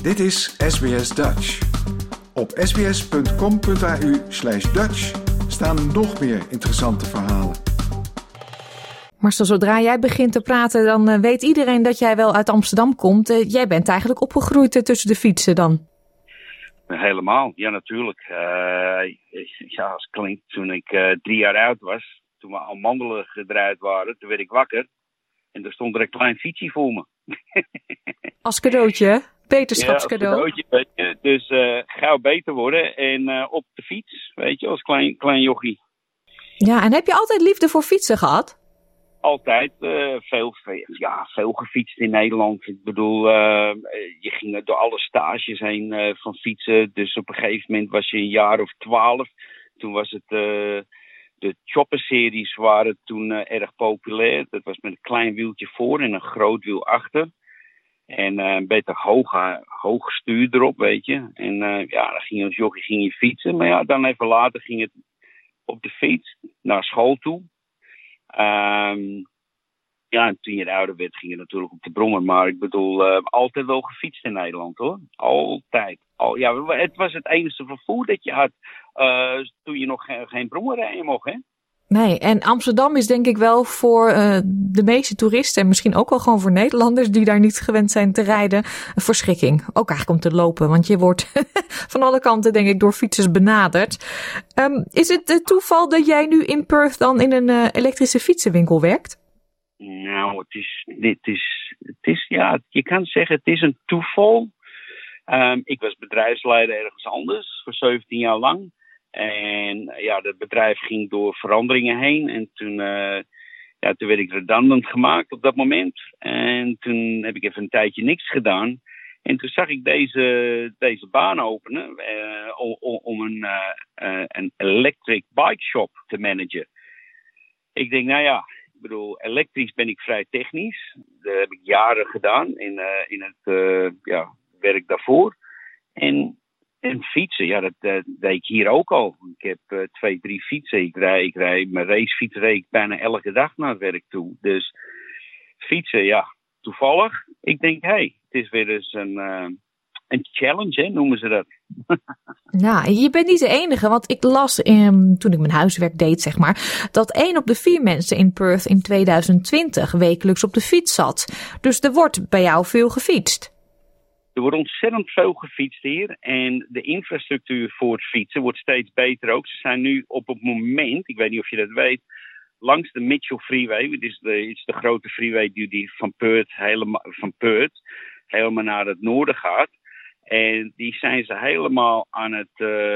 Dit is SBS Dutch. Op sbs.com.au/Dutch staan nog meer interessante verhalen. Marcel, zodra jij begint te praten, dan weet iedereen dat jij wel uit Amsterdam komt. Jij bent eigenlijk opgegroeid tussen de fietsen dan. Helemaal, ja natuurlijk. Als klinkt, toen ik 3 jaar oud was, toen we al mandelen gedraaid waren, toen werd ik wakker. En er stond er een klein fietsje voor me. Als cadeautje, beterschapscadeau. Ja, als cadeautje, weet je. Dus gauw beter worden en op de fiets, weet je, als klein jochie. Ja, en heb je altijd liefde voor fietsen gehad? Altijd veel gefietst in Nederland. Ik bedoel, je ging door alle stages heen van fietsen. Dus op een gegeven moment was je een jaar of 12. Toen was het... De chopper-series waren toen erg populair. Dat was met een klein wieltje voor en een groot wiel achter. En een beter hoog stuur erop, weet je. En dan ging je als jochie fietsen. Maar ja, dan even later ging het op de fiets naar school toe. En toen je ouder werd, ging je natuurlijk op de brommer. Maar ik bedoel, altijd wel gefietst in Nederland, hoor. Altijd. Het was het enige vervoer dat je had toen je nog geen brommer rijden mocht, hè? Nee, en Amsterdam is denk ik wel voor de meeste toeristen en misschien ook wel gewoon voor Nederlanders die daar niet gewend zijn te rijden, een verschrikking. Ook eigenlijk om te lopen, want je wordt van alle kanten denk ik door fietsers benaderd. Is het toeval dat jij nu in Perth dan in een elektrische fietsenwinkel werkt? Nou, je kan zeggen het is een toeval. Ik was bedrijfsleider ergens anders voor 17 jaar lang. En ja, dat bedrijf ging door veranderingen heen. En toen werd ik redundant gemaakt op dat moment. En toen heb ik even een tijdje niks gedaan. En toen zag ik deze baan openen om een electric bike shop te managen. Ik denk, elektrisch ben ik vrij technisch. Dat heb ik jaren gedaan in het werk daarvoor. En fietsen, dat deed ik hier ook al. Ik heb 2-3 fietsen. Ik rij mijn racefiets bijna elke dag naar het werk toe. Dus fietsen, toevallig. Ik denk, het is weer eens een challenge, hè, noemen ze dat. Nou, je bent niet de enige, want ik las toen ik mijn huiswerk deed, zeg maar, dat 1 op de 4 mensen in Perth in 2020 wekelijks op de fiets zat. Dus er wordt bij jou veel gefietst. Er wordt ontzettend veel gefietst hier en de infrastructuur voor het fietsen wordt steeds beter ook. Ze zijn nu op het moment, ik weet niet of je dat weet, langs de Mitchell Freeway. Het is de grote freeway die van Perth helemaal naar het noorden gaat. En die zijn ze helemaal aan het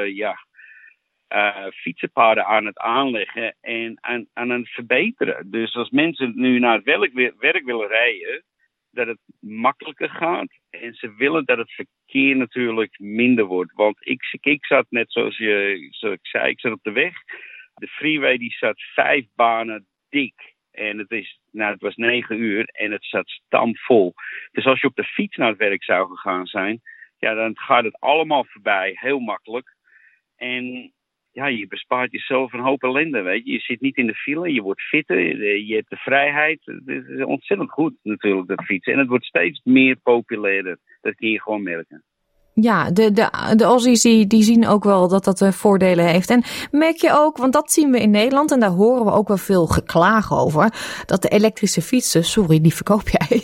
fietsenpaden aan het aanleggen en aan het verbeteren. Dus als mensen nu naar het werk willen rijden, dat het makkelijker gaat. En ze willen dat het verkeer natuurlijk minder wordt. Want ik zat net zoals ik zei, ik zat op de weg. De freeway die zat 5 banen dik. En het was 9 uur en het zat stampvol. Dus als je op de fiets naar het werk zou gegaan zijn, dan gaat het allemaal voorbij, heel makkelijk. En je bespaart jezelf een hoop ellende, weet je. Je zit niet in de file, je wordt fitter, je hebt de vrijheid. Het is ontzettend goed natuurlijk, dat fietsen. En het wordt steeds meer populairder. Dat kun je gewoon merken. Ja, de Aussies die zien ook wel dat dat voordelen heeft. En merk je ook, want dat zien we in Nederland en daar horen we ook wel veel geklaag over, dat de elektrische fietsen, sorry, die verkoop jij,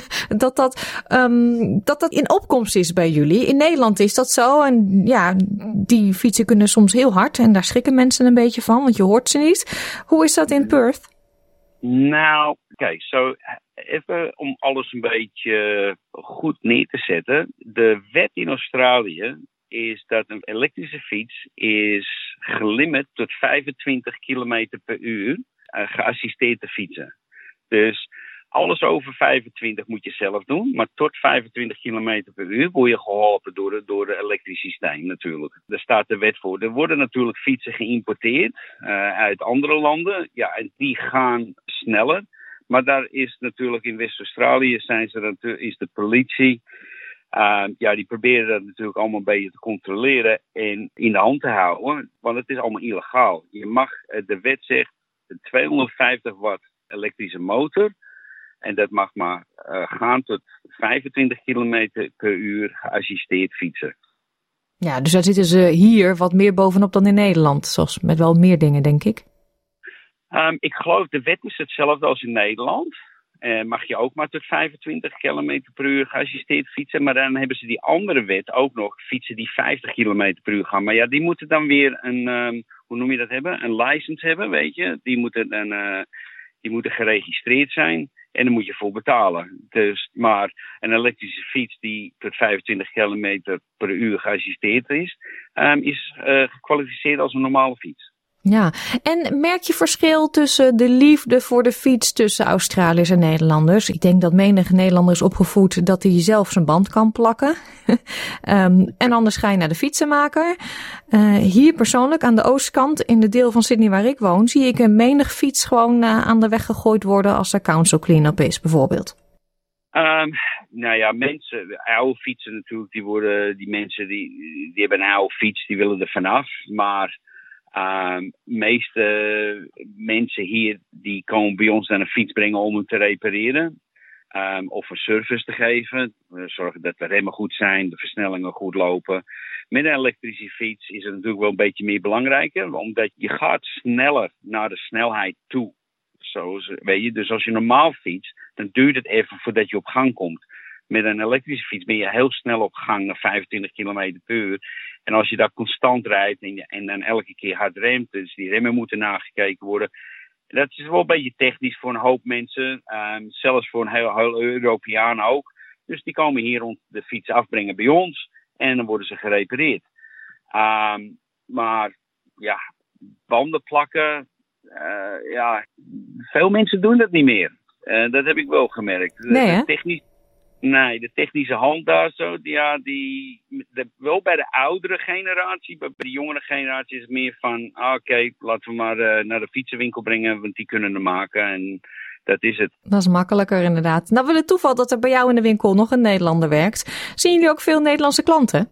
dat in opkomst is bij jullie. In Nederland is dat zo en ja, die fietsen kunnen soms heel hard en daar schrikken mensen een beetje van, want je hoort ze niet. Hoe is dat in Perth? Nou, zo even om alles een beetje goed neer te zetten. De wet in Australië is dat een elektrische fiets is gelimit tot 25 km per uur geassisteerd te fietsen. Dus alles over 25 moet je zelf doen, maar tot 25 km per uur word je geholpen door het elektrisch systeem natuurlijk. Daar staat de wet voor. Er worden natuurlijk fietsen geïmporteerd uit andere landen. Ja, en die gaan sneller. Maar daar is natuurlijk in West-Australië is de politie. Die proberen dat natuurlijk allemaal een beetje te controleren en in de hand te houden. Want het is allemaal illegaal. Je mag, de wet zegt, een 250 watt elektrische motor En dat mag maar gaan tot 25 kilometer per uur geassisteerd fietsen. Ja, dus daar zitten ze hier wat meer bovenop dan in Nederland. Zoals met wel meer dingen, denk ik. Ik geloof de wet is hetzelfde als in Nederland. Mag je ook maar tot 25 kilometer per uur geassisteerd fietsen. Maar dan hebben ze die andere wet ook nog, fietsen die 50 kilometer per uur gaan. Maar ja, die moeten dan weer een, hoe noem je dat hebben? Een license hebben, weet je. Die moeten geregistreerd zijn. En daar moet je voor betalen. Dus, maar een elektrische fiets die tot 25 kilometer per uur geassisteerd is gekwalificeerd als een normale fiets. Ja, en merk je verschil tussen de liefde voor de fiets tussen Australiërs en Nederlanders? Ik denk dat menig Nederlander is opgevoed dat hij zelf zijn band kan plakken. En anders ga je naar de fietsenmaker. Hier persoonlijk aan de oostkant, in de deel van Sydney waar ik woon, zie ik een menig fiets gewoon aan de weg gegooid worden als er council clean-up is, bijvoorbeeld. Nou ja, mensen, oude fietsen natuurlijk, die mensen die hebben een oude fiets, die willen er vanaf. Maar meeste mensen hier die komen bij ons naar een fiets brengen om hem te repareren. Of een service te geven. We zorgen dat de remmen goed zijn, de versnellingen goed lopen. Met een elektrische fiets is het natuurlijk wel een beetje meer belangrijker. Omdat je gaat sneller naar de snelheid toe. Weet je, dus als je normaal fietst, dan duurt het even voordat je op gang komt. Met een elektrische fiets ben je heel snel op gang naar 25 km per uur. En als je daar constant rijdt en dan elke keer hard remt, dus die remmen moeten nagekeken worden. Dat is wel een beetje technisch voor een hoop mensen. Zelfs voor een heel Europeaan ook. Dus die komen hier de fiets afbrengen bij ons. En dan worden ze gerepareerd. Maar ja, banden plakken. Veel mensen doen dat niet meer. Dat heb ik wel gemerkt. Nee, de technische hand daar zo, wel bij de oudere generatie, bij de jongere generatie is het meer van, oké, laten we maar naar de fietsenwinkel brengen, want die kunnen het maken en dat is het. Dat is makkelijker inderdaad. Nou, wil het toeval dat er bij jou in de winkel nog een Nederlander werkt. Zien jullie ook veel Nederlandse klanten?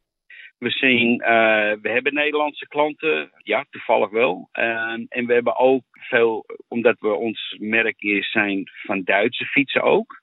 We hebben Nederlandse klanten, ja, toevallig wel. En we hebben ook veel, omdat we ons merk zijn van Duitse fietsen ook.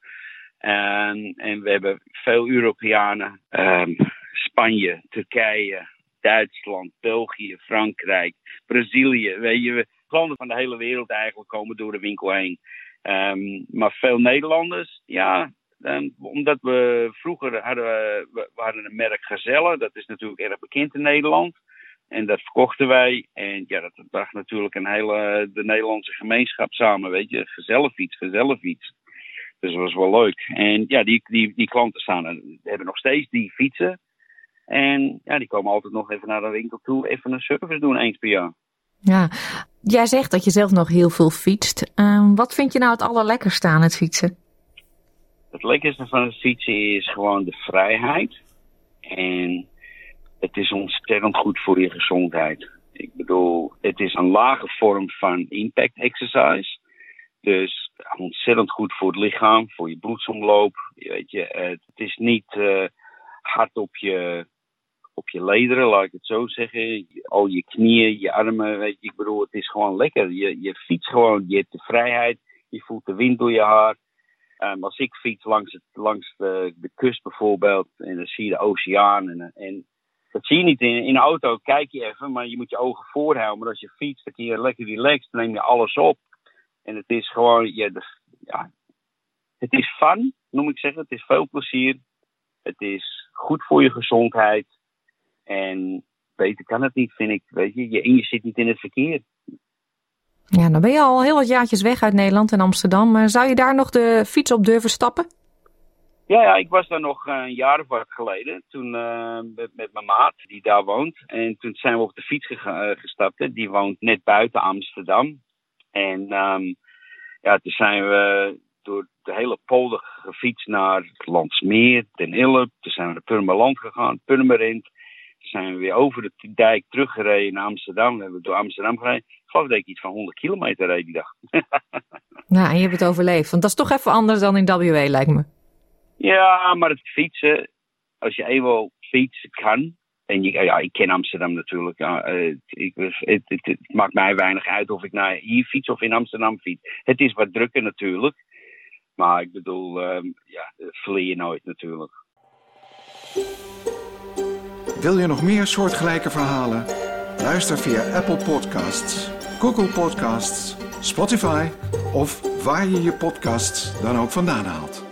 En we hebben veel Europeanen, Spanje, Turkije, Duitsland, België, Frankrijk, Brazilië. Weet je, klanten van de hele wereld eigenlijk komen door de winkel heen. Maar veel Nederlanders, ja, omdat we vroeger hadden een merk Gazelle. Dat is natuurlijk erg bekend in Nederland. En dat verkochten wij. En ja, dat bracht natuurlijk de Nederlandse gemeenschap samen, weet je. Gezellenfiets. Dus dat was wel leuk. En ja, die klanten hebben nog steeds die fietsen. En ja, die komen altijd nog even naar de winkel toe. Even een service doen eens per jaar. Ja, jij zegt dat je zelf nog heel veel fietst. Wat vind je nou het allerlekkerste aan het fietsen? Het lekkerste van het fietsen is gewoon de vrijheid. En het is ontzettend goed voor je gezondheid. Ik bedoel, het is een lage vorm van impact exercise. Dus ontzettend goed voor het lichaam, voor je bloedsomloop. Weet je, het is niet hard op je lederen, laat ik het zo zeggen. Al je knieën, je armen, weet je. Ik bedoel, het is gewoon lekker. Je fietst gewoon, je hebt de vrijheid. Je voelt de wind door je haar. Als ik fiets langs de kust bijvoorbeeld, en dan zie je de oceaan. En dat zie je niet in een auto, kijk je even, maar je moet je ogen voorhouden. Maar als je fietst, dan kun je lekker relaxed, dan neem je alles op. En het is gewoon, het is fun, noem ik zeggen. Het is veel plezier. Het is goed voor je gezondheid. En beter kan het niet, vind ik. Weet je, je zit niet in het verkeer. Ja, dan ben je al heel wat jaartjes weg uit Nederland en Amsterdam. Zou je daar nog de fiets op durven stappen? Ja, ik was daar nog een jaar of wat geleden. Toen met mijn maat, die daar woont. En toen zijn we op de fiets gestapt. Hè. Die woont net buiten Amsterdam. En toen zijn we door de hele polder gefietst naar Landsmeer, Den Ilp. Toen zijn we naar Purmerland gegaan, Purmerend. Toen zijn we weer over de dijk teruggereden naar Amsterdam. We hebben door Amsterdam gereden. Ik geloof dat ik iets van 100 kilometer reed die dag. Ja, en je hebt het overleefd. Want dat is toch even anders dan in WA, lijkt me. Ja, maar het fietsen, als je eenmaal fietsen kan. En ik ken Amsterdam natuurlijk. Het maakt mij weinig uit of ik naar hier fiets of in Amsterdam fiets. Het is wat drukker natuurlijk. Maar ik bedoel, verleer je nooit natuurlijk. Wil je nog meer soortgelijke verhalen? Luister via Apple Podcasts, Google Podcasts, Spotify of waar je je podcasts dan ook vandaan haalt.